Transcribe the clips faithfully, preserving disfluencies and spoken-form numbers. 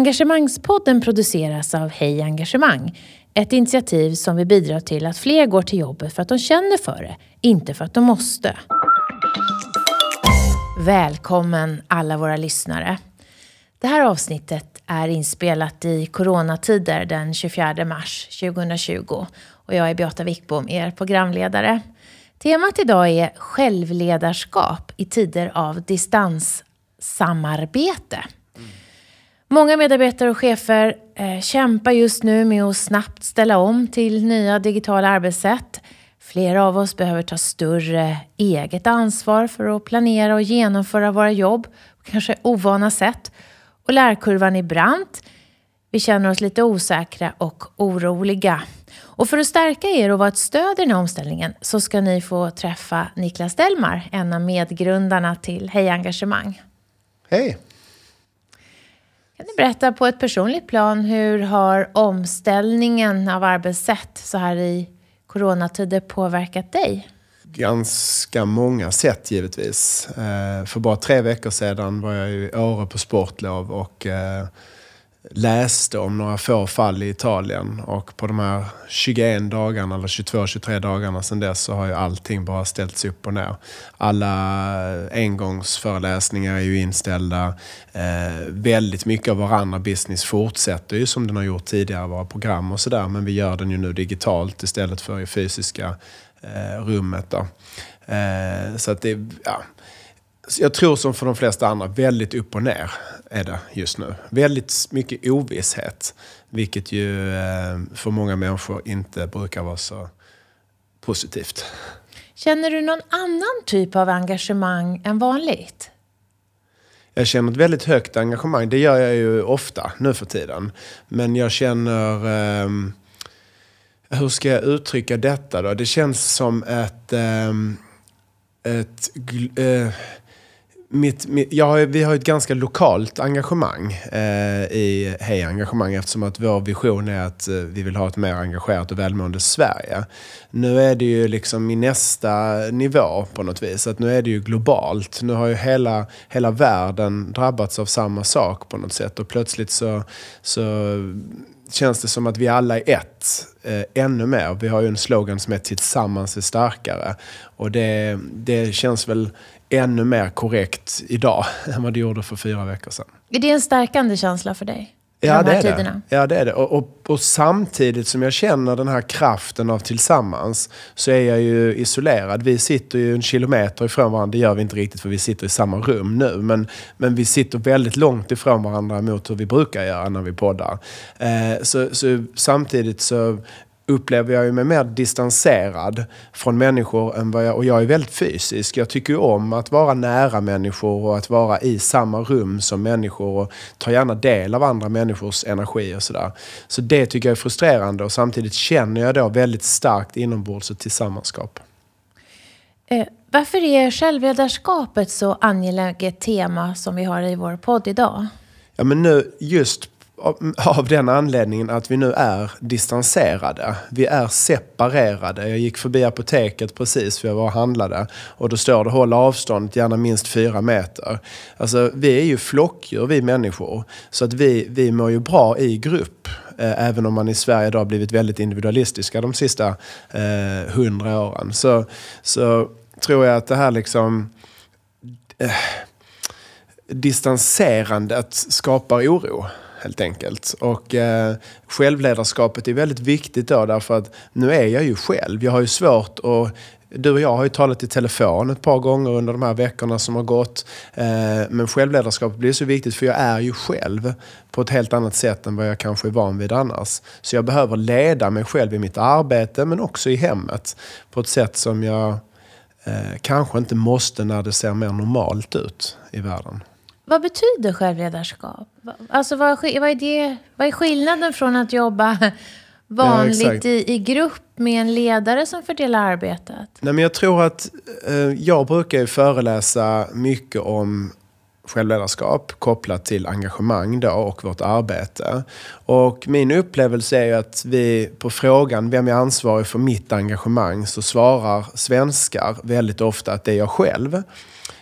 Engagemangspodden produceras av Hej Engagemang. Ett initiativ som vi bidrar till att fler går till jobbet för att de känner för det, inte för att de måste. Välkommen alla våra lyssnare. Det här avsnittet är inspelat i coronatider den tjugofjärde mars tjugohundratjugo och jag är Beata Wickbom, er programledare. Temat idag är självledarskap i tider av distanssamarbete. Mm. Många medarbetare och chefer eh, kämpar just nu med att snabbt ställa om till nya digitala arbetssätt. Flera av oss behöver ta större eget ansvar för att planera och genomföra våra jobb på kanske ovana sätt. Och lärkurvan är brant. Vi känner oss lite osäkra och oroliga. Och för att stärka er och vara ett stöd i den här omställningen så ska ni få träffa Niklas Delmar, en av medgrundarna till Hej Engagemang. Hej! Kan du berätta på ett personligt plan, hur har omställningen av arbetssätt så här i coronatider påverkat dig? Ganska många sätt givetvis. För bara tre veckor sedan var jag i Åre på sportlov och läste om några få fall i Italien. Och på de här tjugoen dagarna eller tjugotvå tjugotre dagarna sedan dess så har ju allting bara ställts upp och ner. Alla engångsföreläsningar är ju inställda. Eh, väldigt mycket av varandra business fortsätter ju som den har gjort tidigare, våra program och sådär. Men vi gör den ju nu digitalt istället för i fysiska eh, rummet då. Eh, så att det, ja... Jag tror som för de flesta andra, väldigt upp och ner är det just nu. Väldigt mycket ovisshet, vilket ju eh, för många människor inte brukar vara så positivt. Känner du någon annan typ av engagemang än vanligt? Jag känner ett väldigt högt engagemang, det gör jag ju ofta nu för tiden. Men jag känner, eh, hur ska jag uttrycka detta då? Det känns som ett... Eh, ett eh, Mitt, mitt, jag har, vi har ett ganska lokalt engagemang eh, i Hej Engagemang eftersom att vår vision är att eh, vi vill ha ett mer engagerat och välmående Sverige. Nu är det ju liksom i nästa nivå på något vis, att nu är det ju globalt. Nu har ju hela, hela världen drabbats av samma sak på något sätt och plötsligt så, så känns det som att vi alla är ett, eh, ännu mer. Vi har ju en slogan som är tillsammans är starkare och det, det känns väl ännu mer korrekt idag än vad det gjorde för fyra veckor sedan. Är det en stärkande känsla för dig? Ja, de här det är tiderna? det. Ja, det är det. Och, och, och samtidigt som jag känner den här kraften av tillsammans så är jag ju isolerad. Vi sitter ju en kilometer ifrån varandra. Det gör vi inte riktigt för vi sitter i samma rum nu. Men, men vi sitter väldigt långt ifrån varandra mot hur vi brukar göra när vi poddar. Eh, så, så samtidigt så upplever jag ju mig mer distanserad från människor än vad jag, och jag är väldigt fysisk. Jag tycker ju om att vara nära människor och att vara i samma rum som människor och ta gärna del av andra människors energi och sådär. Så det tycker jag är frustrerande och samtidigt känner jag då väldigt starkt inombords och tillsammanskap. Eh, varför är självledarskapet så angeläget tema som vi har i vår podd idag? Ja, men nu just av den anledningen att vi nu är distanserade. Vi är separerade. Jag gick förbi apoteket precis för jag var och handlade. Och då står det hålla avstånd gärna minst fyra meter. Alltså vi är ju flockdjur, vi människor. Så att vi, vi mår ju bra i grupp. Eh, även om man i Sverige då har blivit väldigt individualistiska de sista eh, hundra åren. Så, så tror jag att det här liksom... Eh, distanserandet skapar oro. Helt enkelt. Och eh, självledarskapet är väldigt viktigt då därför att nu är jag ju själv. Jag har ju svårt att... Du och jag har ju talat i telefon ett par gånger under de här veckorna som har gått. Eh, men självledarskapet blir så viktigt för jag är ju själv på ett helt annat sätt än vad jag kanske är van vid annars. Så jag behöver leda mig själv i mitt arbete men också i hemmet på ett sätt som jag eh, kanske inte måste när det ser mer normalt ut i världen. Vad betyder självledarskap? Alltså vad, vad, är det, vad är skillnaden från att jobba vanligt ja, i, i grupp med en ledare som fördelar arbetet? Nej, men jag tror att eh, jag brukar ju föreläsa mycket om självledarskap kopplat till engagemang då och vårt arbete. Och min upplevelse är ju att vi på frågan vem är ansvarig för mitt engagemang så svarar svenskar väldigt ofta att det är jag själv.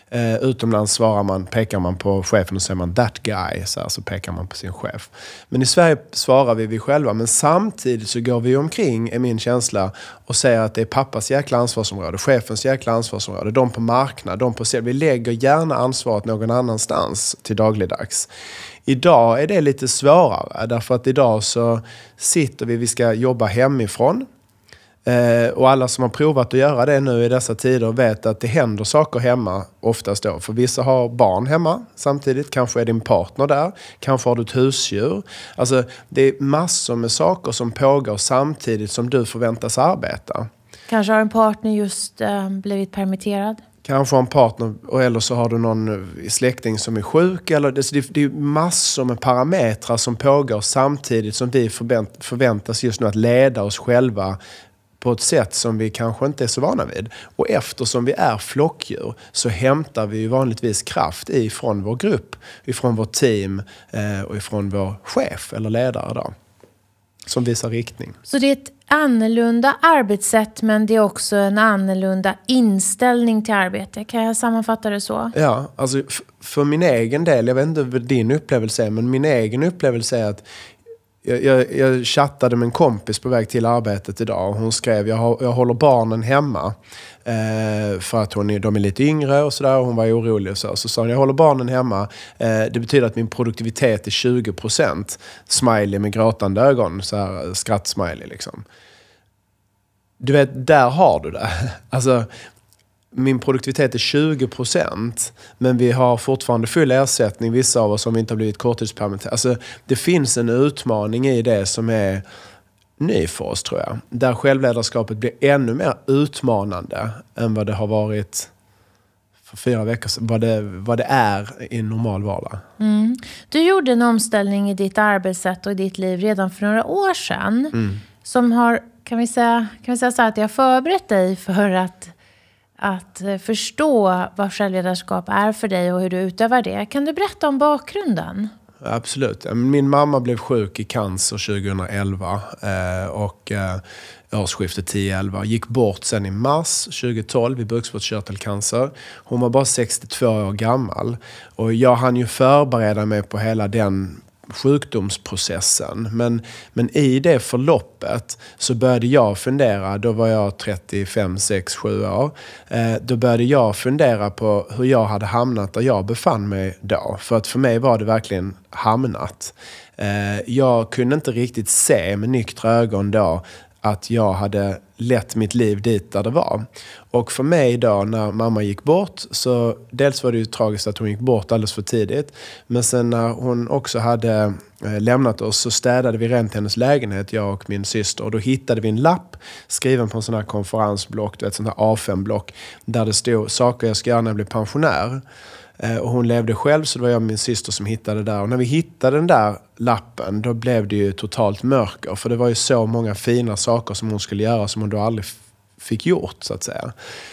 Eh, utomlands svarar man, pekar man på chefen och säger man that guy, så, här, så pekar man på sin chef. Men i Sverige svarar vi vi själva, men samtidigt så går vi omkring, är min känsla, och säger att det är pappas jäkla ansvarsområde, chefens jäkla ansvarsområde, de på marknad, de på sälj. Vi lägger gärna ansvaret någon annanstans till dagligdags. Idag är det lite svårare, därför att idag så sitter vi, vi ska jobba hemifrån. Eh, och alla som har provat att göra det nu i dessa tider vet att det händer saker hemma oftast då. För vissa har barn hemma samtidigt, kanske är din partner där, kanske har du ett husdjur. Alltså det är massor med saker som pågår samtidigt som du förväntas arbeta. Kanske har en partner just äh, blivit permitterad. Kanske har en partner, eller så har du någon släkting som är sjuk. Eller det, det är massor med parametrar som pågår samtidigt som vi förvänt, förväntas just nu att leda oss själva på ett sätt som vi kanske inte är så vana vid. Och eftersom vi är flockdjur så hämtar vi ju vanligtvis kraft ifrån vår grupp, ifrån vårt team eh, och ifrån vår chef eller ledare då, som visar riktning. Så det är ett annorlunda arbetssätt, men det är också en annorlunda inställning till arbete. Kan jag sammanfatta det så? Ja, alltså f- för min egen del, jag vet inte vad din upplevelse är, men min egen upplevelse är att Jag, jag, jag chattade med en kompis på väg till arbetet idag och hon skrev jag, har, jag håller barnen hemma eh, för att hon är, de är lite yngre och sådär, och hon var orolig och så. Så sa hon, jag håller barnen hemma, eh, det betyder att min produktivitet är tjugo procent. Smiley med gråtande ögon, så här skrattsmiley liksom. Du vet, där har du det. Alltså, min produktivitet är tjugo procent, men vi har fortfarande full ersättning, vissa av oss som inte har blivit korttidspermitterade. Alltså, det finns en utmaning i det som är ny för oss, tror jag. Där självledarskapet blir ännu mer utmanande än vad det har varit för fyra veckor sedan, vad det, vad det är i en normal vardag. Mm. Du gjorde en omställning i ditt arbetssätt och i ditt liv redan för några år sedan. Mm. Som har, kan vi säga, kan vi säga så här, att jag har förberett dig för att Att förstå vad självledarskap är för dig och hur du utövar det. Kan du berätta om bakgrunden? Absolut. Min mamma blev sjuk i cancer tjugoelva eh, och eh, årsskiftet tio elva. Gick bort sen i mars tjugotolv i bukspottkörtelcancer. Hon var bara sextiotvå år gammal. Och jag hann ju förbereda mig på hela den sjukdomsprocessen. Men, men i det förloppet så började jag fundera, då var jag trettiofem, sex, sju år. Eh, då började jag fundera på hur jag hade hamnat där jag befann mig då. För att för mig var det verkligen hamnat. Eh, jag kunde inte riktigt se med nyktra ögon då att jag hade lett mitt liv dit där det var. Och för mig då, när mamma gick bort, så dels var det ju tragiskt att hon gick bort alldeles för tidigt. Men sen när hon också hade eh, lämnat oss så städade vi rent hennes lägenhet, jag och min syster. Och då hittade vi en lapp skriven på en sån här konferensblock, du vet, sån här A fem block, där det stod saker jag ska göra när jag blir pensionär. Och hon levde själv, så det var jag och min syster som hittade det där. Och när vi hittade den där lappen, då blev det ju totalt mörker. För det var ju så många fina saker som hon skulle göra som hon då aldrig f- fick gjort, så att säga.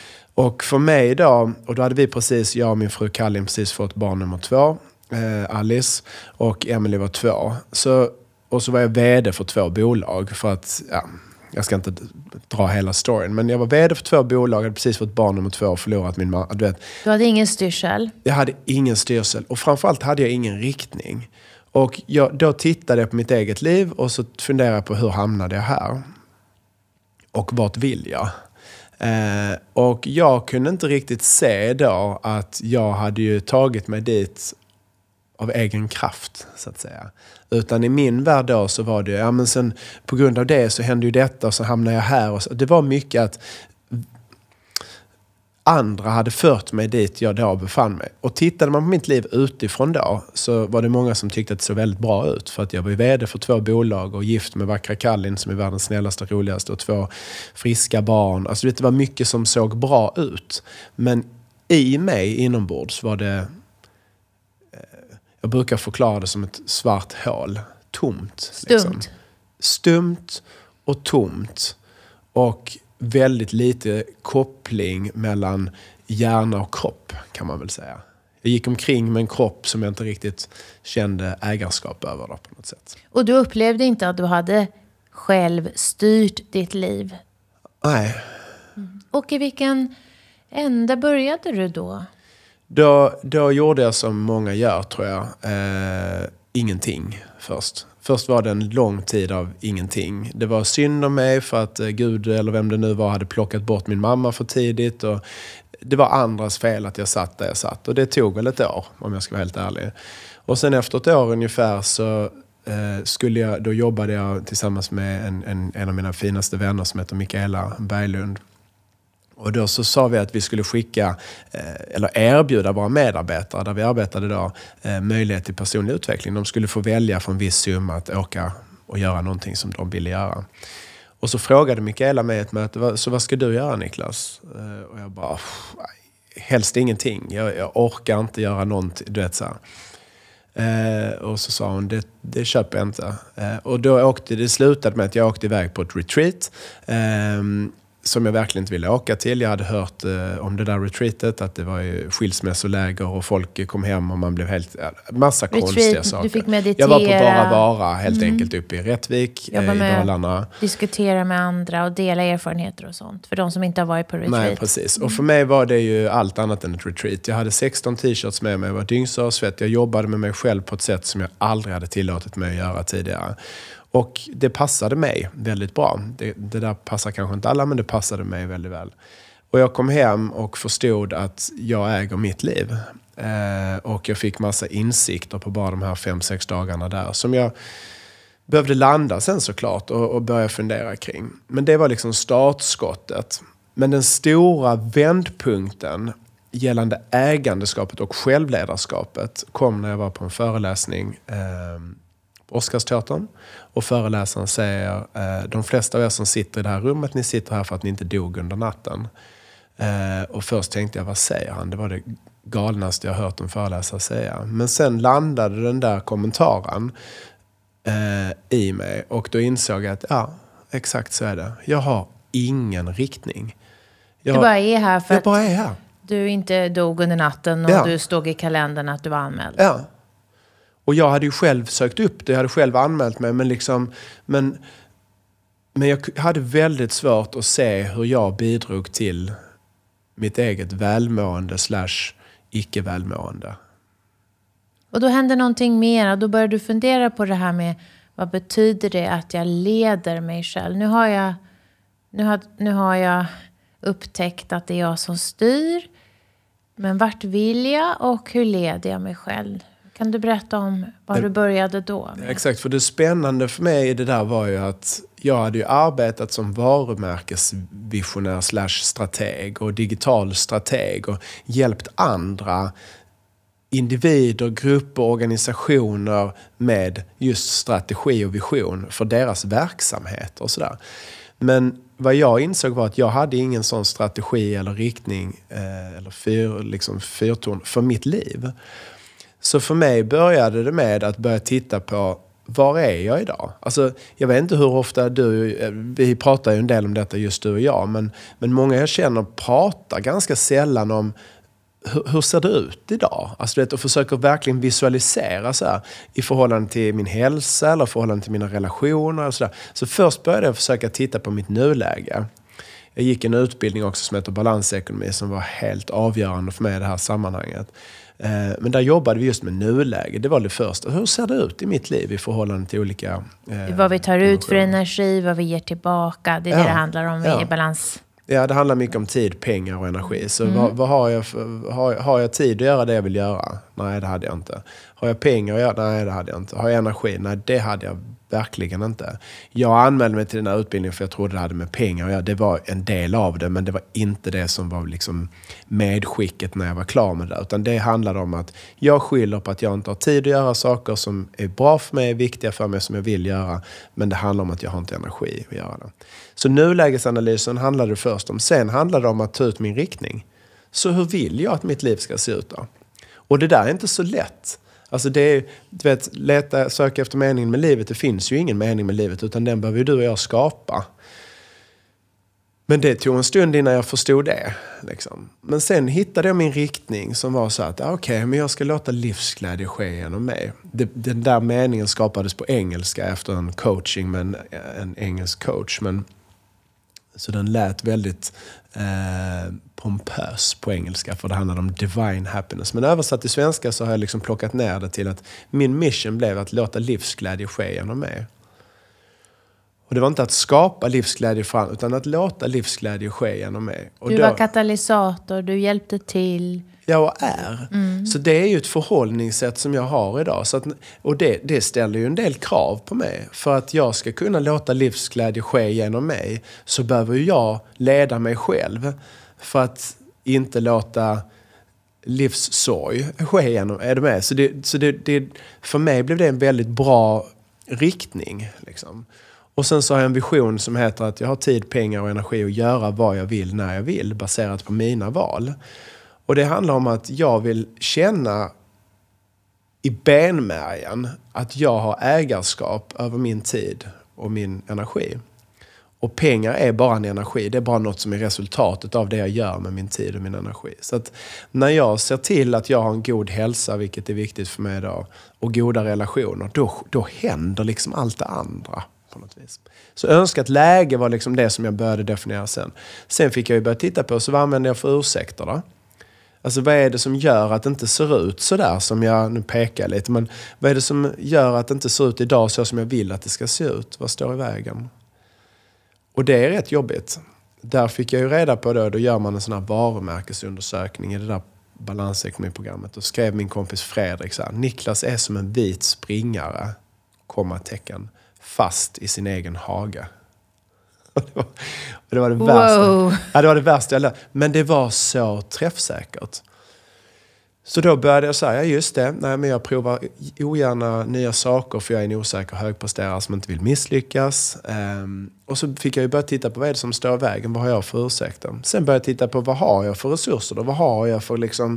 Och för mig då, och då hade vi precis, jag och min fru Kallin precis fått barn nummer två, eh, Alice, och Emily var två. Så, och så var jag vd för två bolag för att, ja, jag ska inte dra hela storyn, men jag var vd för två bolag, hade precis fått barn nummer två och förlorat min mamma. Du vet, du hade ingen styrsel? Jag hade ingen styrsel, och framförallt hade jag ingen riktning. Och jag, då tittade jag på mitt eget liv och så funderade jag på hur hamnade jag här? Och vart vill jag? Eh, och jag kunde inte riktigt se då att jag hade ju tagit mig dit av egen kraft, så att säga. Utan i min värld då så var det, ja men sen på grund av det så hände ju detta och så hamnade jag här. Och så, det var mycket att andra hade fört mig dit jag då befann mig. Och tittade man på mitt liv utifrån då, så var det många som tyckte att det såg väldigt bra ut. För att jag var vd för två bolag och gift med vackra Kallin som är världens snällaste och roligaste, och två friska barn. Alltså det var mycket som såg bra ut. Men i mig inombords var det, jag brukar förklara det som ett svart hål. Tomt. Stumt. Liksom. Stumt och tomt. Och väldigt lite koppling mellan hjärna och kropp, kan man väl säga. Jag gick omkring med en kropp som jag inte riktigt kände ägarskap över då, på något sätt. Och du upplevde inte att du hade själv styrt ditt liv? Nej. Mm. Och i vilken ände började du då? Då, då gjorde jag som många gör, tror jag. Eh, ingenting först. Först var det en lång tid av ingenting. Det var synd om mig för att eh, Gud, eller vem det nu var, hade plockat bort min mamma för tidigt. Och det var andras fel att jag satt där jag satt. Och det tog väl ett år, om jag ska vara helt ärlig. Och sen efter ett år ungefär så eh, skulle jag, då jobbade jag tillsammans med en, en, en av mina finaste vänner som heter Mikaela Berglund. Och då så sa vi att vi skulle skicka, eh, eller erbjuda våra medarbetare, där vi arbetade då, eh, möjlighet till personlig utveckling. De skulle få välja för en viss summa att åka och göra någonting som de ville göra. Och så frågade Mikaela mig ett möte, så vad ska du göra, Niklas? Eh, och jag bara, helst ingenting. Jag, jag orkar inte göra någonting, du vet så här. Eh, och så sa hon, det, det köper jag inte. Eh, och då åkte det slutade med att jag åkte iväg på ett retreat. Eh, som jag verkligen inte ville åka till. Jag hade hört eh, om det där retreatet, att det var ju skilsmässoläger och folk kom hem och man blev helt, massa Retreat, konstiga saker. Du fick meditera. Jag var på Bara Vara helt mm. enkelt uppe i Rättvik, eh, i Dalarna. Diskutera med andra och dela erfarenheter och sånt. För de som inte har varit på retreat. Nej, precis. Och för mig var det ju allt annat än ett retreat. Jag hade sexton t-shirts med mig, jag var dyngsörsvett. Jag jobbade med mig själv på ett sätt som jag aldrig hade tillåtit mig att göra tidigare. Och det passade mig väldigt bra. Det, det där passar kanske inte alla, men det passade mig väldigt väl. Och jag kom hem och förstod att jag äger mitt liv. Eh, och jag fick massa insikter på bara de här fem, sex dagarna där. Som jag behövde landa sen såklart och, och börja fundera kring. Men det var liksom startskottet. Men den stora vändpunkten gällande ägandeskapet och självledarskapet kom när jag var på en föreläsning eh, Oscarsteatern, och föreläsaren säger eh, de flesta av er som sitter i det här rummet, ni sitter här för att ni inte dog under natten. Eh, och först tänkte jag, vad säger han? Det var det galnaste jag hört en föreläsare säga. Men sen landade den där kommentaren eh, i mig, och då insåg jag att ja, exakt så är det. Jag har ingen riktning. Jag, du bara är här för jag bara är här. Att du inte dog under natten och ja. Du stod i kalendern att du var anmäld. Ja. Och jag hade ju själv sökt upp det, jag hade själv anmält mig, men liksom, men, men jag hade väldigt svårt att se hur jag bidrog till mitt eget välmående slash icke-välmående. Och då hände någonting mer, och då började du fundera på det här med, vad betyder det att jag leder mig själv? Nu har jag, nu har, nu har jag upptäckt att det är jag som styr, men vart vill jag och hur leder jag mig själv? Kan du berätta om vad du började då med? Exakt, för det spännande för mig i det där var ju att jag hade ju arbetat som varumärkesvisionär slash strateg och digital strateg och hjälpt andra individer, grupper, organisationer med just strategi och vision för deras verksamhet och sådär. Men vad jag insåg var att jag hade ingen sån strategi eller riktning eh, eller fyr, liksom fyrtorn för mitt liv. Så för mig började det med att börja titta på, var är jag idag? Alltså, jag vet inte hur ofta du, vi pratar ju en del om detta just du och jag, men, men många jag känner pratar ganska sällan om hur, hur ser det ut idag? Alltså, vet, och försöker verkligen visualisera så här, i förhållande till min hälsa eller i förhållande till mina relationer. Och så, där. Så först började jag försöka titta på mitt nuläge. Jag gick en utbildning också som heter balansekonomi som var helt avgörande för mig i det här sammanhanget. Men där jobbade vi just med nuläge. Det var det första. Hur ser det ut i mitt liv i förhållande till olika... Eh, vad vi tar ut för energi, vad vi ger tillbaka. Det är ja, det det handlar om ja. i balans. Ja, det handlar mycket om tid, pengar och energi. Så mm. vad, vad har, jag för, har, har jag tid att göra det jag vill göra? Nej, det hade jag inte. Har jag pengar att göra? Nej, det hade jag inte. Har jag energi? Nej, det hade jag verkligen inte. Jag anmälde mig till den här utbildningen för jag trodde det hade med pengar att göra. Det var en del av det, men det var inte det som var liksom medskicket när jag var klar med det. Utan det handlade om att jag skyller på att jag inte har tid att göra saker som är bra för mig, viktiga för mig, som jag vill göra. Men det handlar om att jag har inte energi att göra det. Så nulägesanalysen handlade det först om. Sen handlade det om att ta ut min riktning. Så hur vill jag att mitt liv ska se ut då? Och det där är inte så lätt. Alltså det är, du vet, leta, söka efter meningen med livet. Det finns ju ingen mening med livet, utan den behöver ju du och jag skapa. Men det tog en stund innan jag förstod det. Liksom. Men sen hittade jag min riktning som var så att okej, okay, men jag ska låta livsglädje ske genom mig. Det, den där meningen skapades på engelska efter en coaching med en, en engelsk coach. Men Så den lät väldigt eh, pompös på engelska, för det handlade om divine happiness. Men översatt till svenska så har jag liksom plockat ner det till att min mission blev att låta livsglädje ske genom mig. Och det var inte att skapa livsglädje fram, utan att låta livsglädje ske genom mig. Och du då, var katalysator, du hjälpte till. Ja, och är. Mm. Så det är ju ett förhållningssätt som jag har idag. Så att, och det, det ställer ju en del krav på mig. För att jag ska kunna låta livsglädje ske genom mig, så behöver jag leda mig själv. För att inte låta livssorg ske genom. Är du med? Så, det, så det, det, för mig blev det en väldigt bra riktning. Liksom. Och sen så har jag en vision som heter att jag har tid, pengar och energi att göra vad jag vill när jag vill, baserat på mina val. Och det handlar om att jag vill känna i benmärgen att jag har ägarskap över min tid och min energi. Och pengar är bara en energi. Det är bara något som är resultatet av det jag gör med min tid och min energi. Så att när jag ser till att jag har en god hälsa, vilket är viktigt för mig idag, och goda relationer, då, då händer liksom allt det andra på något vis. Så önskat läge var liksom det som jag började definiera sen. Sen fick jag ju börja titta på, så vad använder jag för ursäkter då? Alltså vad är det som gör att det inte ser ut så där som jag, nu pekar lite, men vad är det som gör att det inte ser ut idag så som jag vill att det ska se ut? Vad står i vägen? Och det är rätt jobbigt. Där fick jag ju reda på det, då gör man en sån här varumärkesundersökning i det där balansekonomiprogrammet. Och skrev min kompis Fredrik så här: Niklas är som en vit springare, kommatecken, fast i sin egen hage. Och det var, och det var det värsta. Wow. Ja, det var det värsta jag lärde. Men det var så träffsäkert. Så då började jag säga, ja just det, nej, men jag provar ogärna nya saker för jag är en osäker högpresterare som inte vill misslyckas. Um, och så fick jag ju börja titta på vad är det som står i vägen, vad har jag för ursäkter. Sen började jag titta på vad har jag för resurser då, vad har jag för liksom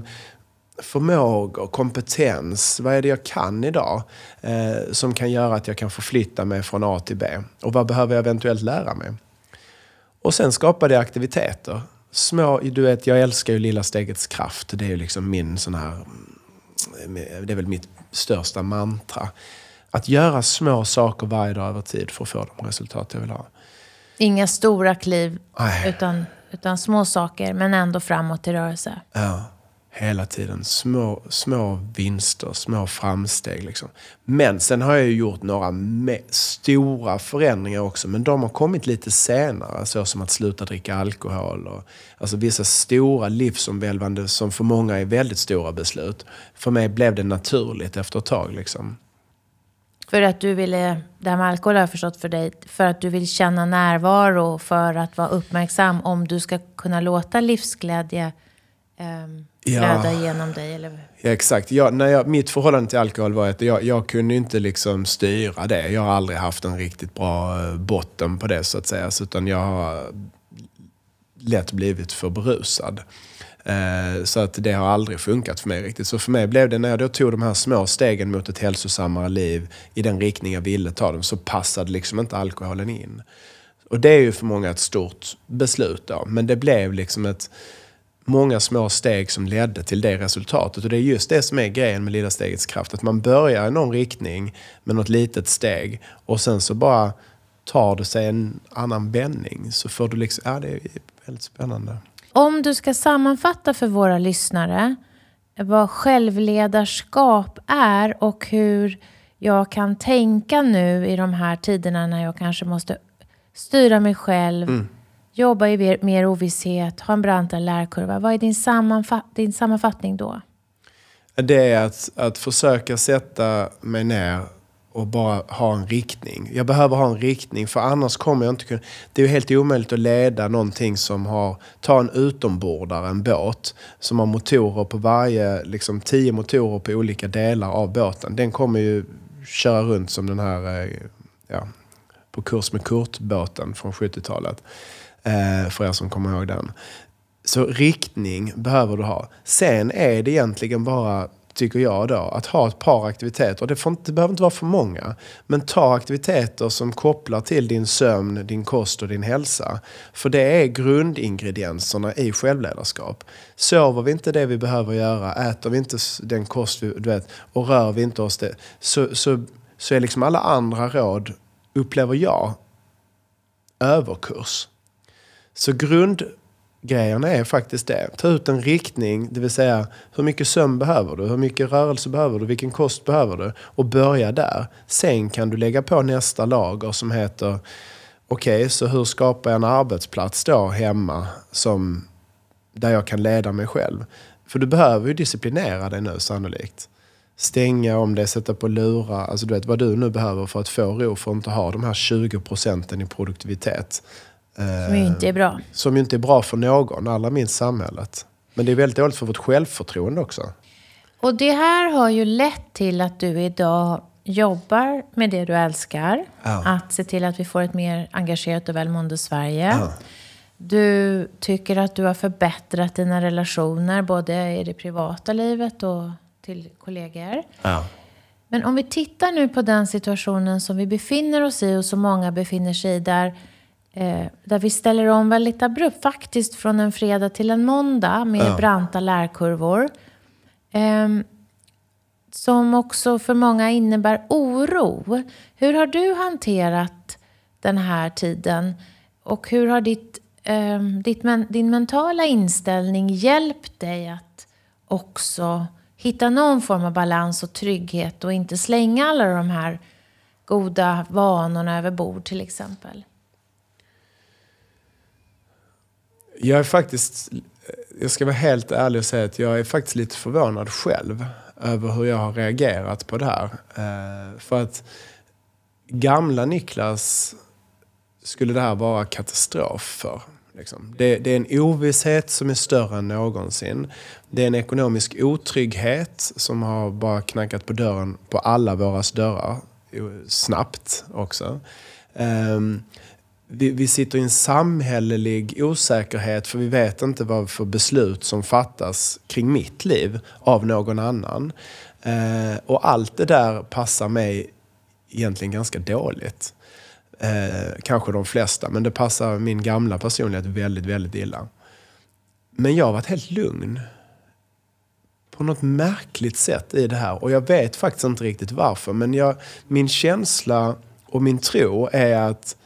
förmåga och kompetens, vad är det jag kan idag eh, som kan göra att jag kan förflytta mig från A till B. Och vad behöver jag eventuellt lära mig? Och sen skapade jag aktiviteter. Små, du vet, jag älskar ju Lilla stegets kraft. Det är ju liksom min sån här, det är väl mitt största mantra. Att göra små saker varje dag över tid för att få de resultat jag vill ha. Inga stora kliv, Nej. utan, utan små saker, men ändå framåt i rörelse. Ja, hela tiden. Små, små vinster, små framsteg. Liksom. Men sen har jag ju gjort några me- stora förändringar också. Men de har kommit lite senare. Så som att sluta dricka alkohol. Och, alltså vissa stora livsomvälvande som för många är väldigt stora beslut. För mig blev det naturligt efter ett tag. Liksom. För att du ville, det här med alkohol har jag förstått för dig, för att du vill känna närvaro, för att vara uppmärksam om du ska kunna låta livsglädje um, flöda ja. genom dig. Eller? Ja, exakt. Jag, när jag, mitt förhållande till alkohol var att jag, jag kunde inte liksom styra det. Jag har aldrig haft en riktigt bra botten på det så att säga. Så, utan jag har lätt blivit för berusad. Eh, så att det har aldrig funkat för mig riktigt. Så för mig blev det, när jag då tog de här små stegen mot ett hälsosammare liv i den riktning jag ville ta dem, så passade liksom inte alkoholen in. Och det är ju för många ett stort beslut då. Men det blev liksom ett många små steg som ledde till det resultatet. Och det är just det som är grejen med Lilla stegets kraft. Att man börjar i någon riktning med något litet steg. Och sen så bara tar det sig en annan vändning. Så får du liksom, ja det är väldigt spännande. Om du ska sammanfatta för våra lyssnare vad självledarskap är och hur jag kan tänka nu i de här tiderna när jag kanske måste styra mig själv, mm. jobba i mer ovisshet, ha en brantare lärkurva. Vad är din, sammanfatt- din sammanfattning då? Det är att, att försöka sätta mig ner och bara ha en riktning. Jag behöver ha en riktning, för annars kommer jag inte kunna. Det är ju helt omöjligt att leda någonting som har, ta en utombordare, en båt som har motorer på varje, liksom tio motorer på olika delar av båten. Den kommer ju köra runt som den här, ja, på kurs med Kurt-båten från sjuttiotalet. Eh, för er som kommer ihåg den. Så riktning behöver du ha. Sen är det egentligen bara, tycker jag då, att ha ett par aktiviteter. Det, får inte, det behöver inte vara för många. Men ta aktiviteter som kopplar till din sömn, din kost och din hälsa. För det är grundingredienserna i självledarskap. Sover vi inte det vi behöver göra, äter vi inte den kost vi, du vet, och rör vi inte oss det, så, så, så är liksom alla andra råd, upplever jag, överkurs. Så grundgrejerna är faktiskt det. Ta ut en riktning, det vill säga hur mycket sömn behöver du, hur mycket rörelse behöver du, vilken kost behöver du, och börja där. Sen kan du lägga på nästa lager som heter okej, okay, så hur skapar jag en arbetsplats då hemma som, där jag kan leda mig själv? För du behöver ju disciplinera dig nu sannolikt. Stänga om det, sätta på lura. Alltså du vet vad du nu behöver för att få ro, för att inte ha de här tjugo procenten i produktivitet. Som ju inte är bra. Som ju inte är bra för någon, allra minst samhället. Men det är väldigt dåligt för vårt självförtroende också. Och det här har ju lett till att du idag jobbar med det du älskar. Ja. Att se till att vi får ett mer engagerat och välmående Sverige. Ja. Du tycker att du har förbättrat dina relationer både i det privata livet och till kollegor. Ja. Men om vi tittar nu på den situationen som vi befinner oss i och som många befinner sig i där, eh, där vi ställer om väldigt abrupt faktiskt från en fredag till en måndag med ja. branta lärkurvor. Eh, som också för många innebär oro. Hur har du hanterat den här tiden och hur har ditt, eh, ditt men, din mentala inställning hjälpt dig att också hitta någon form av balans och trygghet och inte slänga alla de här goda vanorna över bord till exempel? Jag är faktiskt, jag ska vara helt ärlig och säga att jag är faktiskt lite förvånad själv över hur jag har reagerat på det här. För att gamla Niklas skulle det här vara katastrof för. Liksom. Det, det är en ovisshet som är större än någonsin. Det är en ekonomisk otrygghet som har bara knackat på dörren på alla våras dörrar. Snabbt också. Um, vi, vi sitter i en samhällelig osäkerhet för vi vet inte vad för beslut som fattas kring mitt liv av någon annan. Uh, och allt det där passar mig egentligen ganska dåligt. Eh, kanske de flesta, men det passar min gamla personlighet väldigt, väldigt illa. Men jag har varit helt lugn på något märkligt sätt i det här. Och jag vet faktiskt inte riktigt varför, men jag, min känsla och min tro är att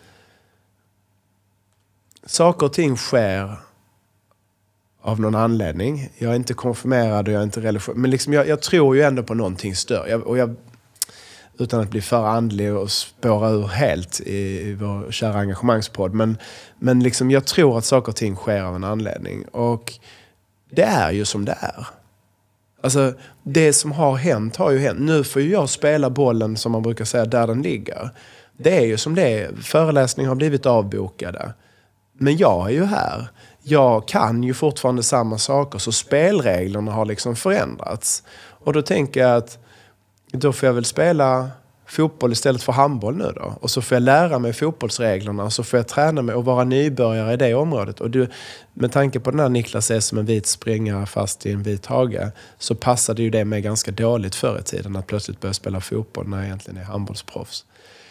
saker och ting sker av någon anledning. Jag är inte konfirmerad och jag är inte religiös, men liksom jag, jag tror ju ändå på någonting större. Jag, och jag utan att bli för andlig och spåra ur helt i, i vår kära engagemangspodd. Men, men liksom jag tror att saker och ting sker av en anledning. Och det är ju som det är. Alltså det som har hänt har ju hänt. Nu får ju jag spela bollen som man brukar säga där den ligger. Det är ju som det är. Föreläsningar har blivit avbokade. Men jag är ju här. Jag kan ju fortfarande samma saker. Så spelreglerna har liksom förändrats. Och då tänker jag att då får jag väl spela fotboll istället för handboll nu då. Och så får jag lära mig fotbollsreglerna. Och så får jag träna mig och vara nybörjare i det området. Och du, med tanke på den här Niklas är som en vit springare fast i en vit hage. Så passade ju det mig ganska dåligt förr i tiden. Att plötsligt börja spela fotboll när jag egentligen är handbollsproffs.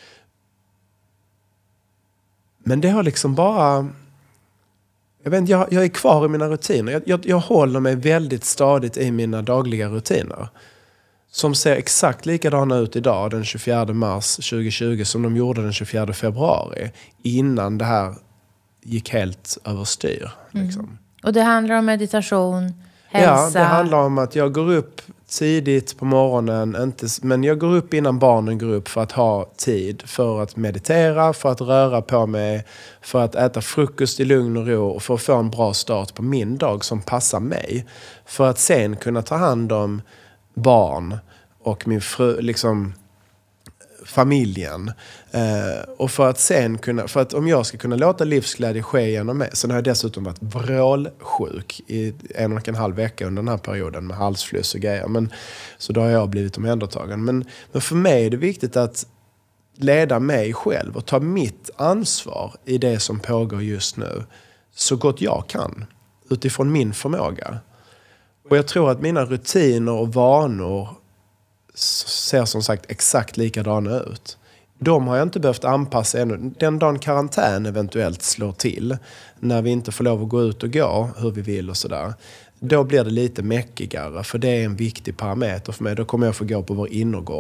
Men det har liksom bara... Jag, vet inte, jag, jag är kvar i mina rutiner. Jag, jag, jag håller mig väldigt stadigt i mina dagliga rutiner. Som ser exakt likadana ut idag den tjugofjärde mars tjugohundratjugo som de gjorde den tjugofjärde februari. Innan det här gick helt överstyr. Liksom. Mm. Och det handlar om meditation, hälsa? Ja, det handlar om att jag går upp tidigt på morgonen. Inte, men jag går upp innan barnen går upp för att ha tid. För att meditera, för att röra på mig. För att äta frukost i lugn och ro. Och för att få en bra start på min dag som passar mig. För att sen kunna ta hand om barn och min fru, liksom familjen. Eh, och för att sen kunna, för att om jag ska kunna låta livsglädje ske genom mig. Sen har jag dessutom varit vrålsjuk i en och en halv vecka under den här perioden med halsfluss och grejer. Men, så då har jag blivit omhändertagen. Men, men för mig är det viktigt att leda mig själv och ta mitt ansvar i det som pågår just nu så gott jag kan utifrån min förmåga. Och jag tror att mina rutiner och vanor ser som sagt exakt likadana ut. De har jag inte behövt anpassa ännu. Den dagen karantän eventuellt slår till, när vi inte får lov att gå ut och gå hur vi vill och sådär, då blir det lite mäckigare. För det är en viktig parameter för mig. Då kommer jag få gå på vår innergård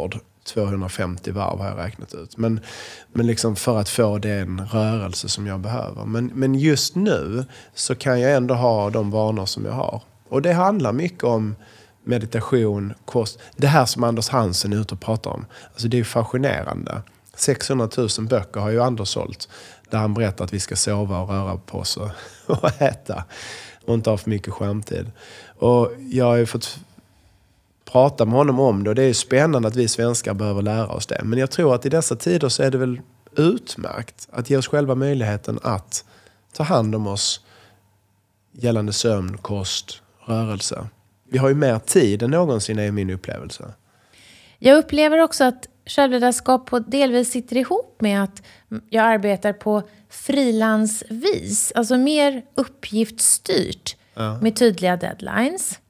tvåhundrafemtio varv har jag räknat ut. Men, men liksom för att få den rörelse som jag behöver. Men, men just nu så kan jag ändå ha de vanor som jag har. Och det handlar mycket om meditation, kost. Det här som Anders Hansen är ute och pratar om. Alltså det är fascinerande. sexhundratusen böcker har ju Anders sålt. Där han berättar att vi ska sova och röra på oss och, och äta. Och inte ha för mycket skärmtid. Och jag har ju fått prata med honom om det. Och det är spännande att vi svenskar behöver lära oss det. Men jag tror att i dessa tider så är det väl utmärkt att ge oss själva möjligheten att ta hand om oss gällande sömn, kost, rörelse. Vi har ju mer tid än någonsin är min upplevelse. Jag upplever också att självledarskap på delvis sitter ihop med att jag arbetar på frilansvis. Alltså mer uppgiftsstyrt ja. Med tydliga deadlines.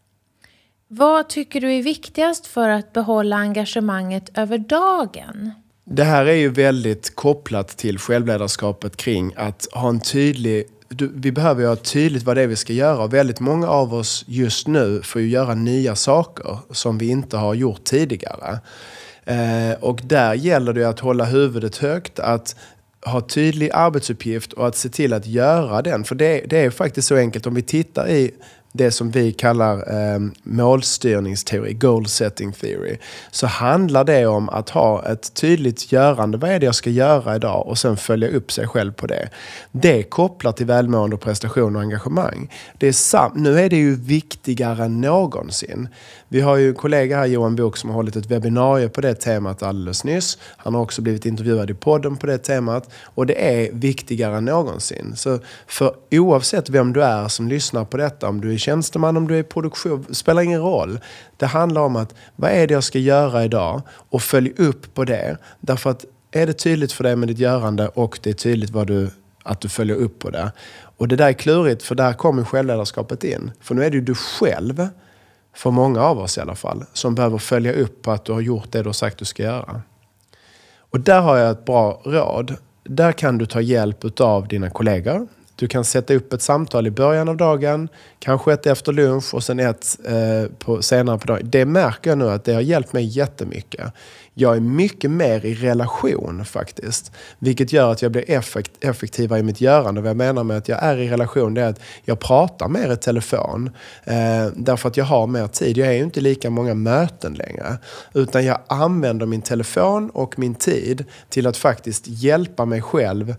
Vad tycker du är viktigast för att behålla engagemanget över dagen? Det här är ju väldigt kopplat till självledarskapet kring att ha en tydlig... Du, vi behöver ju ha tydligt vad det är vi ska göra. Och väldigt många av oss just nu får ju göra nya saker som vi inte har gjort tidigare. Eh, och där gäller det att hålla huvudet högt, att ha tydlig arbetsuppgift och att se till att göra den. För det, det är faktiskt så enkelt om vi tittar i det som vi kallar eh, målstyrningsteori, goal setting theory, så handlar det om att ha ett tydligt görande. Vad är det jag ska göra idag? Och sen följa upp sig själv på det. Det kopplar till välmående och prestation och engagemang. Det är sam- nu är det ju viktigare än någonsin. Vi har ju en kollega här, Johan Bok, som har hållit ett webbinarie på det temat alldeles nyss. Han har också blivit intervjuad i podden på det temat. Och det är viktigare än någonsin. Så för oavsett vem du är som lyssnar på detta, om du är tjänsteman, om du är i produktion, spelar ingen roll. Det handlar om att vad är det jag ska göra idag och följ upp på det. Därför att är det tydligt för dig med ditt görande och det är tydligt vad du, att du följer upp på det. Och det där är klurigt, för där kommer självledarskapet in. För nu är det ju du själv, för många av oss i alla fall, som behöver följa upp på att du har gjort det du har sagt du ska göra. Och där har jag ett bra råd. Där kan du ta hjälp av dina kollegor. Du kan sätta upp ett samtal i början av dagen, kanske ett efter lunch och sen ett eh, på, senare på dagen. Det märker jag nu att det har hjälpt mig jättemycket. Jag är mycket mer i relation faktiskt. Vilket gör att jag blir effekt, effektivare i mitt görande. Vad jag menar med att jag är i relation, det är att jag pratar mer i telefon. Eh, därför att jag har mer tid. Jag är ju inte lika många möten längre. Utan jag använder min telefon och min tid till att faktiskt hjälpa mig själv,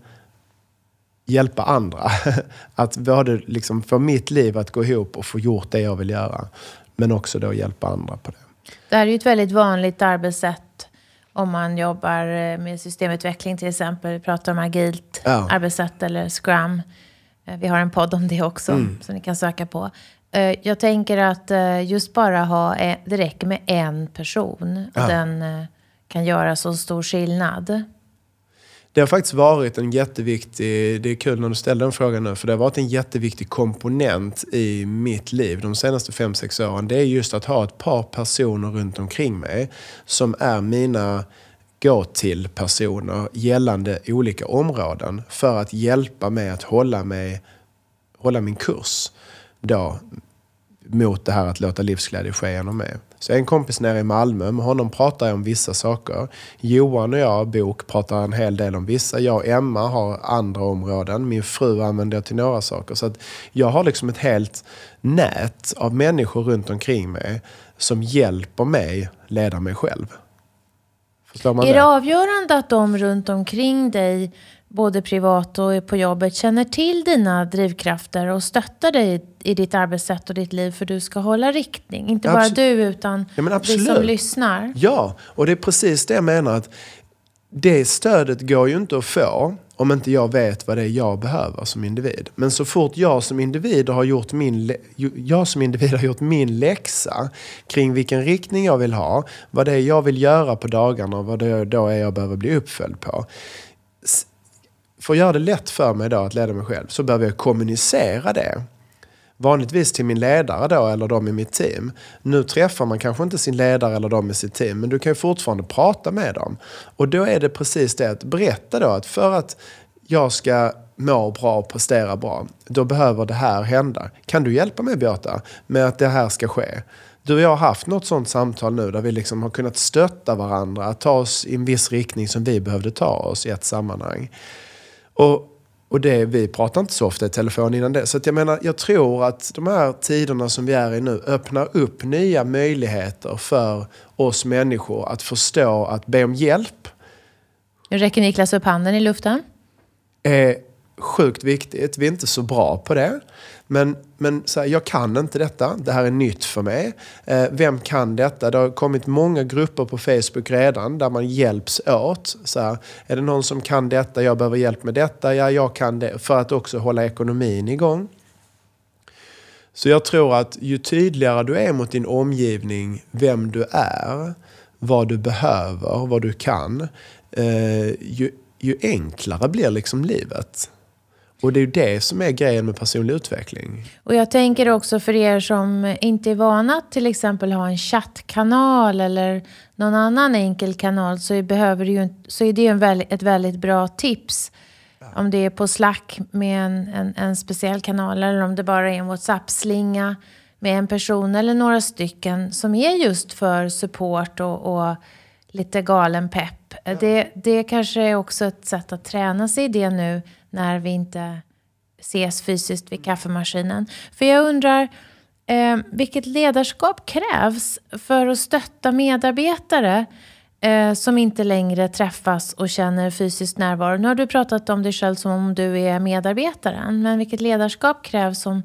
hjälpa andra. Att både liksom få mitt liv att gå ihop och få gjort det jag vill göra. Men också då hjälpa andra på det. Det här är ju ett väldigt vanligt arbetssätt om man jobbar med systemutveckling till exempel. Vi pratar om agilt ja. arbetssätt eller Scrum. Vi har en podd om det också mm. som ni kan söka på. Jag tänker att just bara ha, det räcker med en person. Och ja. den kan göra så stor skillnad. Det har faktiskt varit en jätteviktig, det är kul när du ställer den frågan nu, för det har varit en jätteviktig komponent i mitt liv de senaste fem sex åren. Det är just att ha ett par personer runt omkring mig som är mina gå-till personer gällande olika områden för att hjälpa mig att hålla, mig, hålla min kurs då, mot det här att låta livsglädje ske genom mig. Så en kompis nere i Malmö, med honom pratar jag om vissa saker. Johan och jag, Bok, pratar en hel del om vissa. Jag och Emma har andra områden. Min fru använder jag till några saker. Så att jag har liksom ett helt nät av människor runt omkring mig som hjälper mig leda mig själv. Förstår man det? Är det avgörande att de runt omkring dig, både privat och på jobbet, känner till dina drivkrafter och stöttar dig i ditt arbetssätt och ditt liv för du ska hålla riktning? Inte bara Absolut. du utan ja, vi som lyssnar. Ja, och det är precis det jag menar, att det stödet går ju inte att få om inte jag vet vad det är jag behöver som individ. Men så fort jag som individ har gjort min, jag som individ har gjort min läxa kring vilken riktning jag vill ha, vad det är jag vill göra på dagarna och vad det då är jag behöver bli uppföljd på. För att göra det lätt för mig då att leda mig själv så behöver jag kommunicera det. Vanligtvis till min ledare då eller de i mitt team. Nu träffar man kanske inte sin ledare eller de i sitt team, men du kan ju fortfarande prata med dem. Och då är det precis det att berätta då att för att jag ska mår bra och presterar bra, då behöver det här hända. Kan du hjälpa mig, Beata, med att det här ska ske? Du och jag har haft något sånt samtal nu där vi liksom har kunnat stötta varandra, att ta oss i en viss riktning som vi behövde ta oss i ett sammanhang. Och, och det, vi pratar inte så ofta i telefon innan det. Så att jag menar, jag tror att de här tiderna som vi är i nu öppnar upp nya möjligheter för oss människor att förstå, att be om hjälp. Nu räcker Niklas upp handen i luften. Är sjukt viktigt. Vi är inte så bra på det. Men, men så här, jag kan inte detta. Det här är nytt för mig. Eh, vem kan detta? Det har kommit många grupper på Facebook redan där man hjälps åt. Så här, är det någon som kan detta? Jag behöver hjälp med detta. Ja, jag kan det. För att också hålla ekonomin igång. Så jag tror att ju tydligare du är mot din omgivning, vem du är, vad du behöver, vad du kan, eh, ju, ju enklare blir liksom livet. Och det är ju det som är grejen med personlig utveckling. Och jag tänker också för er som inte är vana att till exempel ha en chattkanal eller någon annan enkel kanal, så, behöver det ju, så är det ju en väldigt, ett väldigt bra tips. Ja. Om det är på Slack med en, en, en speciell kanal, eller om det bara är en WhatsApp-slinga med en person eller några stycken som är just för support och, och lite galen pepp. Ja. Det, det kanske är också ett sätt att träna sig i det nu när vi inte ses fysiskt vid kaffemaskinen. För jag undrar, eh, vilket ledarskap krävs för att stötta medarbetare eh, som inte längre träffas och känner fysisk närvaro? Nu har du pratat om dig själv som om du är medarbetaren, men vilket ledarskap krävs som...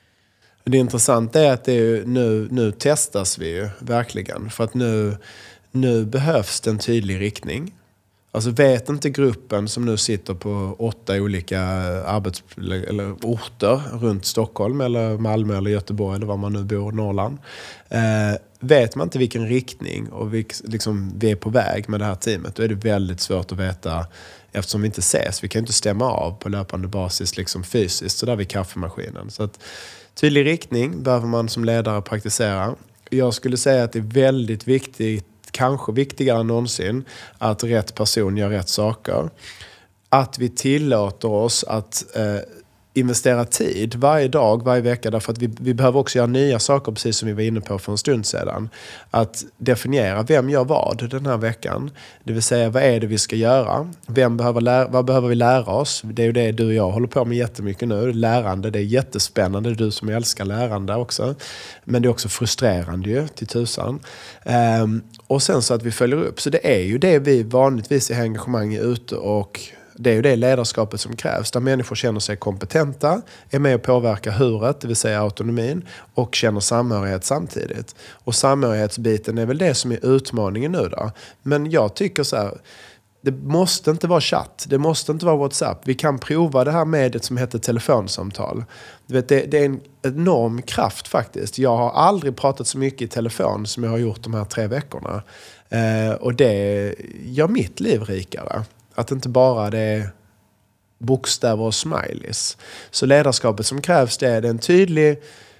Det intressanta är att det är nu, nu testas vi ju verkligen. För att nu, nu behövs det en tydlig riktning. Alltså vet inte gruppen som nu sitter på åtta olika arbets- eller orter runt Stockholm eller Malmö eller Göteborg eller var man nu bor, Norrland. Eh, vet man inte vilken riktning och vilk, liksom, vi är på väg med det här teamet, då är det väldigt svårt att veta, eftersom vi inte ses. Vi kan inte stämma av på löpande basis liksom fysiskt så där vid kaffemaskinen. Så att tydlig riktning behöver man som ledare praktisera. Jag skulle säga att det är väldigt viktigt, kanske viktigare än någonsin, att rätt person gör rätt saker. Att vi tillåter oss att eh, investera tid varje dag, varje vecka, därför att vi, vi behöver också göra nya saker, precis som vi var inne på för en stund sedan. Att definiera vem gör vad den här veckan. Det vill säga, vad är det vi ska göra? Vem behöver lära, vad behöver vi lära oss? Det är ju det du och jag håller på med jättemycket nu. Lärande, det är jättespännande. Det är du som älskar lärande också. Men det är också frustrerande ju, till tusan. Um, och sen så att vi följer upp. Så det är ju det vi vanligtvis i engagemang är ute och... Det är ju det ledarskapet som krävs, där människor känner sig kompetenta, är med och påverkar huret, det vill säga autonomin, och känner samhörighet samtidigt. Och samhörighetsbiten är väl det som är utmaningen nu då. Men jag tycker så här, det måste inte vara chatt, det måste inte vara WhatsApp. Vi kan prova det här mediet som heter telefonsamtal. Du vet, det, det är en enorm kraft faktiskt. Jag har aldrig pratat så mycket i telefon som jag har gjort de här tre veckorna. Eh, och det gör mitt liv rikare. Att inte bara det är bokstäver och smileys. Så ledarskapet som krävs, det är en tydlig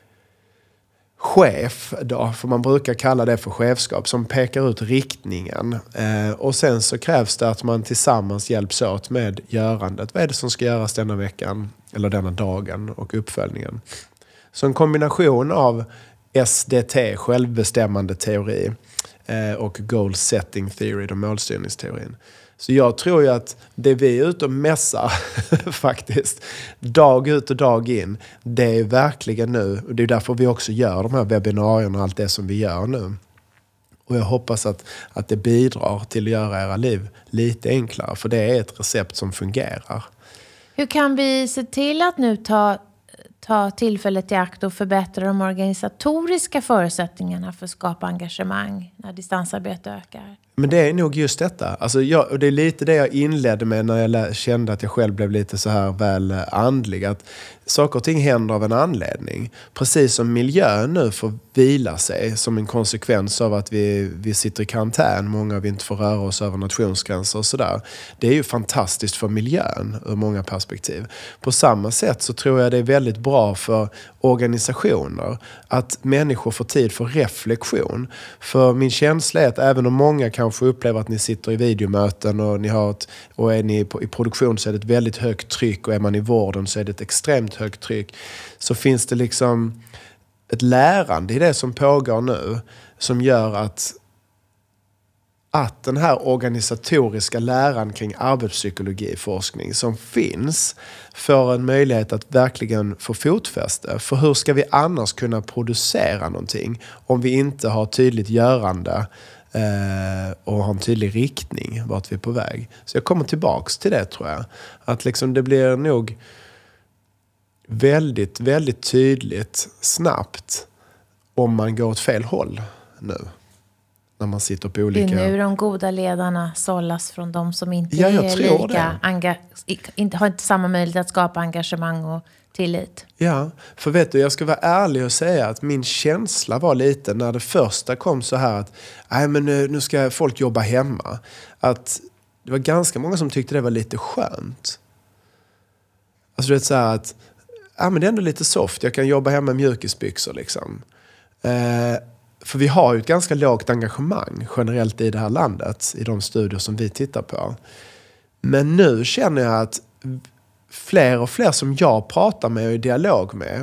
chef då, för man brukar kalla det för chefskap, som pekar ut riktningen. Eh, och sen så krävs det att man tillsammans hjälps åt med görandet. Vad är det som ska göras denna veckan eller denna dagen och uppföljningen? Så en kombination av S D T, självbestämmande teori, eh, och goal setting theory, de målstyrningsteorin. Så jag tror ju att det vi är ute och mässar faktiskt, dag ut och dag in, det är verkligen nu. Och det är därför vi också gör de här webbinarierna och allt det som vi gör nu. Och jag hoppas att, att det bidrar till att göra era liv lite enklare. För det är ett recept som fungerar. Hur kan vi se till att nu ta, ta tillfället i akt och förbättra de organisatoriska förutsättningarna för att skapa engagemang när distansarbete ökar? Men det är nog just detta. Alltså jag, och det är lite det jag inledde med när jag kände att jag själv blev lite så här väl andlig. Att saker och ting händer av en anledning. Precis som miljön nu får vila sig som en konsekvens av att vi, vi sitter i karantän. Många av vi inte får röra oss över nationsgränser och sådär. Det är ju fantastiskt för miljön ur många perspektiv. På samma sätt så tror jag det är väldigt bra för organisationer att människor får tid för reflektion. För min känsla är att även om många kanske upplever att ni sitter i videomöten och, ni har ett, och är ni på, i produktion så är det ett väldigt högt tryck och är man i vården så är det ett extremt högt tryck, så finns det liksom ett lärande i det som pågår nu som gör att att den här organisatoriska läran kring arbetspsykologiforskning som finns får en möjlighet att verkligen få fotfäste. För hur ska vi annars kunna producera någonting om vi inte har tydligt görande eh, och har en tydlig riktning vart vi är på väg. Så jag kommer tillbaks till det, tror jag. Att liksom det blir nog väldigt, väldigt tydligt snabbt om man går åt fel håll nu. När man sitter på olika... Det är nu de goda ledarna sållas från de som inte ja, är lika enga... inte, har inte samma möjlighet att skapa engagemang och tillit. Ja, för vet du, jag ska vara ärlig och säga att min känsla var lite när det första kom så här att nej, men nu, nu ska folk jobba hemma. Att det var ganska många som tyckte det var lite skönt. Alltså du vet så här att ja, men det är ändå lite soft. Jag kan jobba hemma med mjukisbyxor liksom. Eh, för vi har ju ett ganska lågt engagemang generellt i det här landet. I de studier som vi tittar på. Men nu känner jag att fler och fler som jag pratar med och i dialog med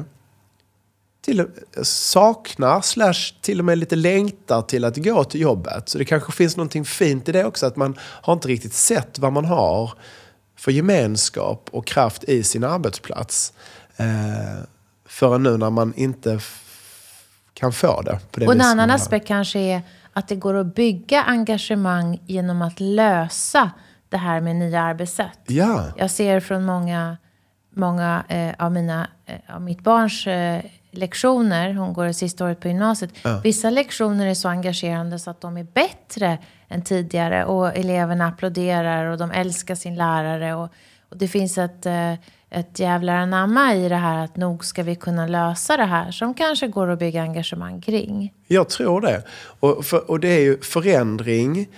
till, saknar slash till och med lite längtar till att gå till jobbet. Så det kanske finns någonting fint i det också. Att man har inte riktigt sett vad man har för gemenskap och kraft i sin arbetsplats. Eh, förrän nu när man inte f- kan få det. På det och en annan aspekt kanske är att det går att bygga engagemang genom att lösa det här med nya arbetssätt. Ja. Jag ser från många, många eh, av, mina, eh, av mitt barns eh, lektioner, hon går det sista året på gymnasiet. Ja. Vissa lektioner är så engagerande så att de är bättre än tidigare. Och eleverna applåderar och de älskar sin lärare. Och, och det finns ett... Eh, ett jävlar anamma i det här att nog ska vi kunna lösa det här som kanske går att bygga engagemang kring. Jag tror det. Och, för, och det är ju förändring.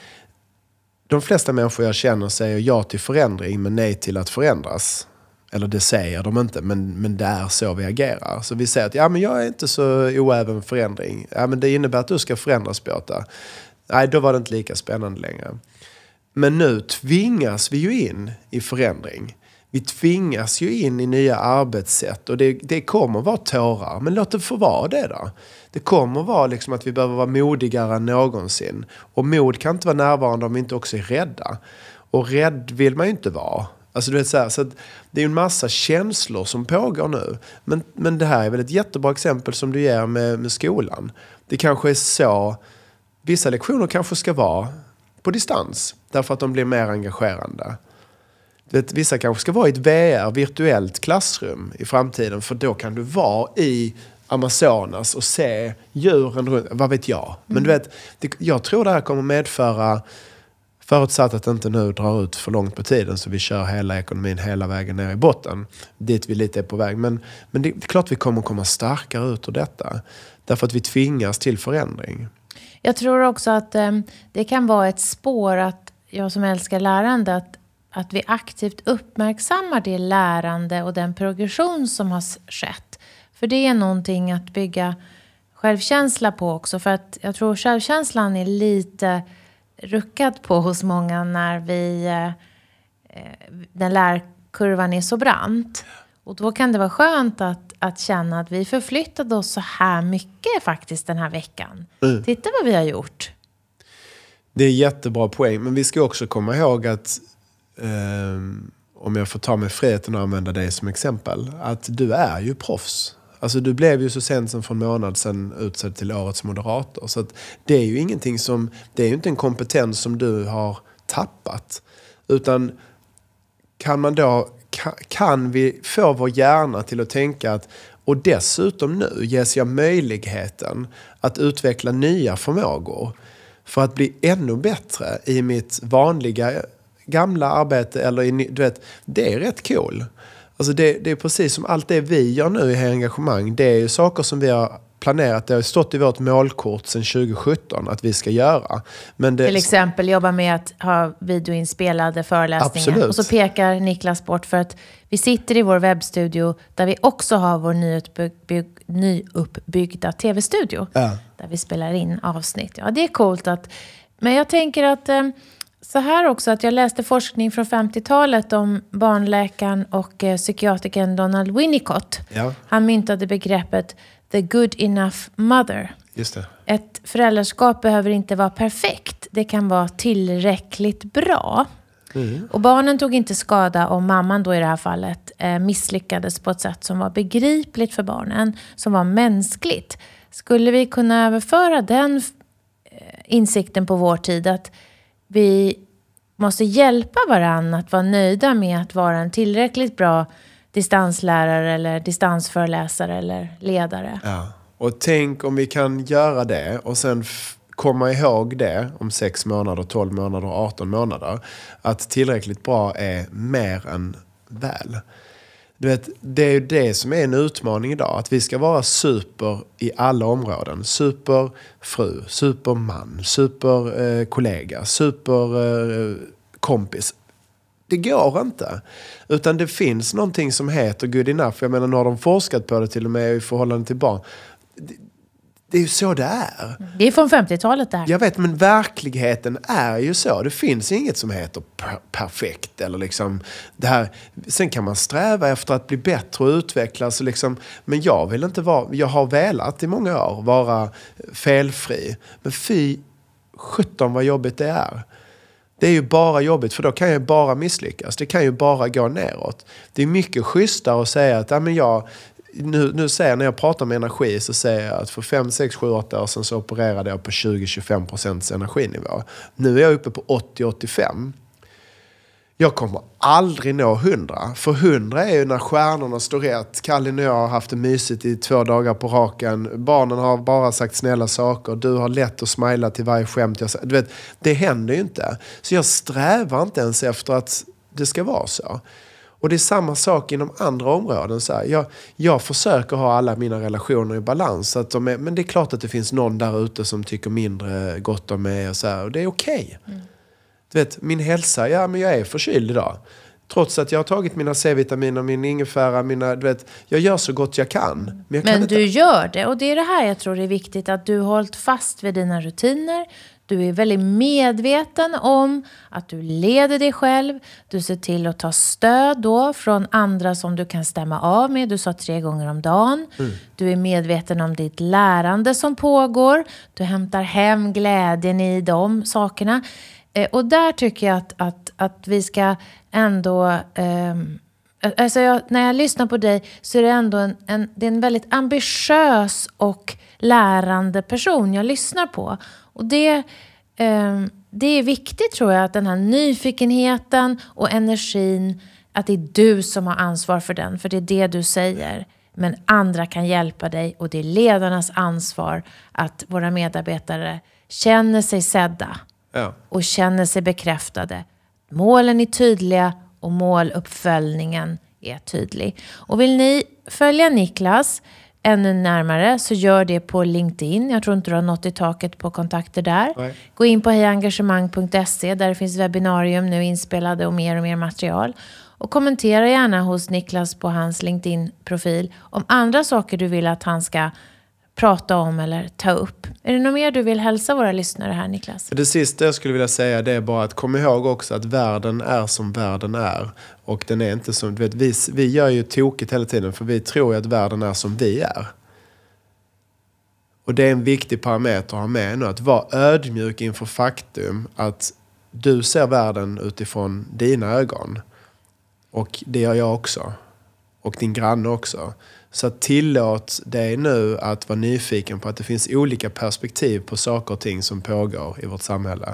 De flesta människor jag känner säger ja till förändring men nej till att förändras. Eller det säger de inte, men, men det är så vi agerar. Så vi säger att ja, men jag är inte så oäven med förändring. Ja, men det innebär att du ska förändras, Beata. Nej, då var det inte lika spännande längre. Men nu tvingas vi ju in i förändring. Vi tvingas ju in i nya arbetssätt och det, det kommer vara tårar. Men låt det få vara det då. Det kommer vara liksom att vi behöver vara modigare än någonsin. Och mod kan inte vara närvarande om vi inte också är rädda. Och rädd vill man ju inte vara. Alltså du vet så här, så att det är en massa känslor som pågår nu. Men, men det här är väl ett jättebra exempel som du ger med, med skolan. Det kanske är så, vissa lektioner kanske ska vara på distans. Därför att de blir mer engagerande. Vet, vissa kanske ska vara i ett V R, virtuellt klassrum i framtiden. För då kan du vara i Amazonas och se djuren runt. Vad vet jag? Men mm. du vet, det, jag tror det här kommer medföra, förutsatt att det inte nu drar ut för långt på tiden så vi kör hela ekonomin hela vägen ner i botten. Dit vi lite är på väg. Men, men det är klart vi kommer komma starkare ut ur detta. Därför att vi tvingas till förändring. Jag tror också att eh, det kan vara ett spår att jag som älskar lärande att Att vi aktivt uppmärksammar det lärande och den progression som har skett. För det är någonting att bygga självkänsla på också. För att jag tror självkänslan är lite ruckad på hos många när vi, eh, den lärkurvan är så brant. Och då kan det vara skönt att, att känna att vi förflyttade oss så här mycket faktiskt den här veckan. Mm. Titta vad vi har gjort. Det är jättebra poäng. Men vi ska också komma ihåg att Um, om jag får ta mig friheten och använda dig som exempel, att du är ju proffs. Alltså du blev ju så sent som för en månad sedan utsedd till årets moderator. Så att det är ju ingenting som, det är ju inte en kompetens som du har tappat. Utan kan man då, kan, kan vi få vår hjärna till att tänka att, och dessutom nu ges jag möjligheten att utveckla nya förmågor för att bli ännu bättre i mitt vanliga gamla arbete eller i, du vet, det är rätt cool. Alltså det, det är precis som allt det vi gör nu i Heja Engagemang. Det är ju saker som vi har planerat. Det har stått i vårt målkort sedan tjugo sjutton att vi ska göra. Men det, till exempel jobba med att ha videoinspelade föreläsningar. Absolut. Och så pekar Niklas bort för att vi sitter i vår webbstudio där vi också har vår nyuppbyg- nyuppbyggda tv-studio. Ja. Där vi spelar in avsnitt. Ja, det är coolt att... Men jag tänker att... Eh, så här också, att jag läste forskning från femtiotalet om barnläkaren och eh, psykiatrikern Donald Winnicott. Ja. Han myntade begreppet the good enough mother. Just det. Ett föräldraskap behöver inte vara perfekt. Det kan vara tillräckligt bra. Mm. Och barnen tog inte skada om mamman då i det här fallet eh, misslyckades på ett sätt som var begripligt för barnen. Som var mänskligt. Skulle vi kunna överföra den eh, insikten på vår tid att vi måste hjälpa varandra att vara nöjda med att vara en tillräckligt bra distanslärare eller distansföreläsare eller ledare. Ja. Och tänk om vi kan göra det och sen f- komma ihåg det om sex månader, tolv månader, arton månader. Att tillräckligt bra är mer än väl. Du vet, det är ju det som är en utmaning idag. Att vi ska vara super i alla områden. Superfru, superman, superkollega, eh, superkompis. Eh, det går inte. Utan det finns någonting som heter good enough. Jag menar, nu har de forskat på det till och med i förhållande till barn. Det, det är ju så det är. Det är från femtiotalet där. Jag vet, men verkligheten är ju så. Det finns inget som heter per- perfekt. Eller liksom det här. Sen kan man sträva efter att bli bättre och utvecklas. Och liksom, men jag vill inte vara... Jag har velat i många år vara felfri. Men fy sjutton vad jobbigt det är. Det är ju bara jobbigt, för då kan jag bara misslyckas. Det kan ju bara gå neråt. Det är mycket schysstare att säga att ja, men jag... Nu, nu säger jag, när jag pratar med energi så säger jag att för fem, sex, sju, åtta år sedan så opererade jag på tjugo till tjugofem procent energinivå. Nu är jag uppe på åttio till åttiofem. Jag kommer aldrig nå hundra. För hundra är ju när stjärnorna står rätt. Kalle och jag har haft det mysigt i två dagar på raken. Barnen har bara sagt snälla saker. Du har lätt att smila till varje skämt jag säger. Du vet, det händer ju inte. Så jag strävar inte ens efter att det ska vara så. Och det är samma sak inom andra områden. Så här, jag, jag försöker ha alla mina relationer i balans. Så att de är, men det är klart att det finns någon där ute som tycker mindre gott om mig. Och, så här, och det är okej. Okay. Mm. Du vet, min hälsa, ja men jag är förkyld idag. Trots att jag har tagit mina C-vitaminer, min ingefära, mina, du vet, jag gör så gott jag kan. Men, jag kan men inte... du gör det, och det är det här jag tror är viktigt, att du har hållit fast vid dina rutiner. Du är väldigt medveten om att du leder dig själv. Du ser till att ta stöd då från andra som du kan stämma av med. Du sa tre gånger om dagen. Mm. Du är medveten om ditt lärande som pågår. Du hämtar hem glädjen i de sakerna. Eh, och där tycker jag att, att, att vi ska ändå... Eh, alltså jag, när jag lyssnar på dig så är det ändå en, en, det är en väldigt ambitiös och lärande person jag lyssnar på. Och det, eh, det är viktigt, tror jag, att den här nyfikenheten och energin, att det är du som har ansvar för den. För det är det du säger. Men andra kan hjälpa dig, och det är ledarnas ansvar att våra medarbetare känner sig sedda. Ja. Och känner sig bekräftade. Målen är tydliga och måluppföljningen är tydlig. Och vill ni följa Niklas ännu närmare så gör det på LinkedIn. Jag tror inte du har nått i taket på kontakter där. Nej. Gå in på hejaengagemang punkt se där det finns webbinarium nu inspelade och mer och mer material. Och kommentera gärna hos Niklas på hans LinkedIn-profil om andra saker du vill att han ska prata om eller ta upp. Är det något mer du vill hälsa våra lyssnare här, Niklas? Det sista jag skulle vilja säga, det är bara att kom ihåg också att världen är som världen är. Och den är inte som, du vet, vi, vi gör ju tokigt hela tiden, för vi tror ju att världen är som vi är. Och det är en viktig parameter att ha med nu, att vara ödmjuk inför faktum att du ser världen utifrån dina ögon. Och det gör jag också. Och din granne också. Så tillåt dig nu att vara nyfiken på att det finns olika perspektiv på saker och ting som pågår i vårt samhälle.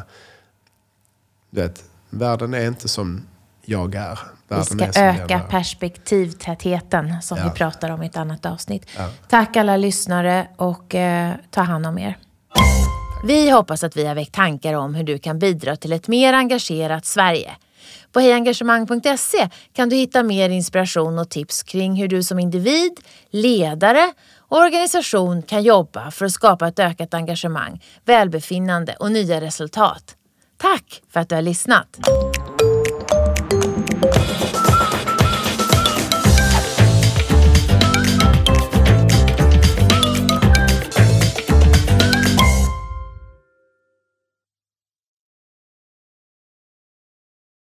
Du vet, världen är inte som jag är. Världen vi ska öka perspektivtätheten som ja. vi pratar om i ett annat avsnitt. Ja. Tack alla lyssnare, och eh, ta hand om er. Vi hoppas att vi har väckt tankar om hur du kan bidra till ett mer engagerat Sverige. På hejengagemang punkt se kan du hitta mer inspiration och tips kring hur du som individ, ledare och organisation kan jobba för att skapa ett ökat engagemang, välbefinnande och nya resultat. Tack för att du har lyssnat!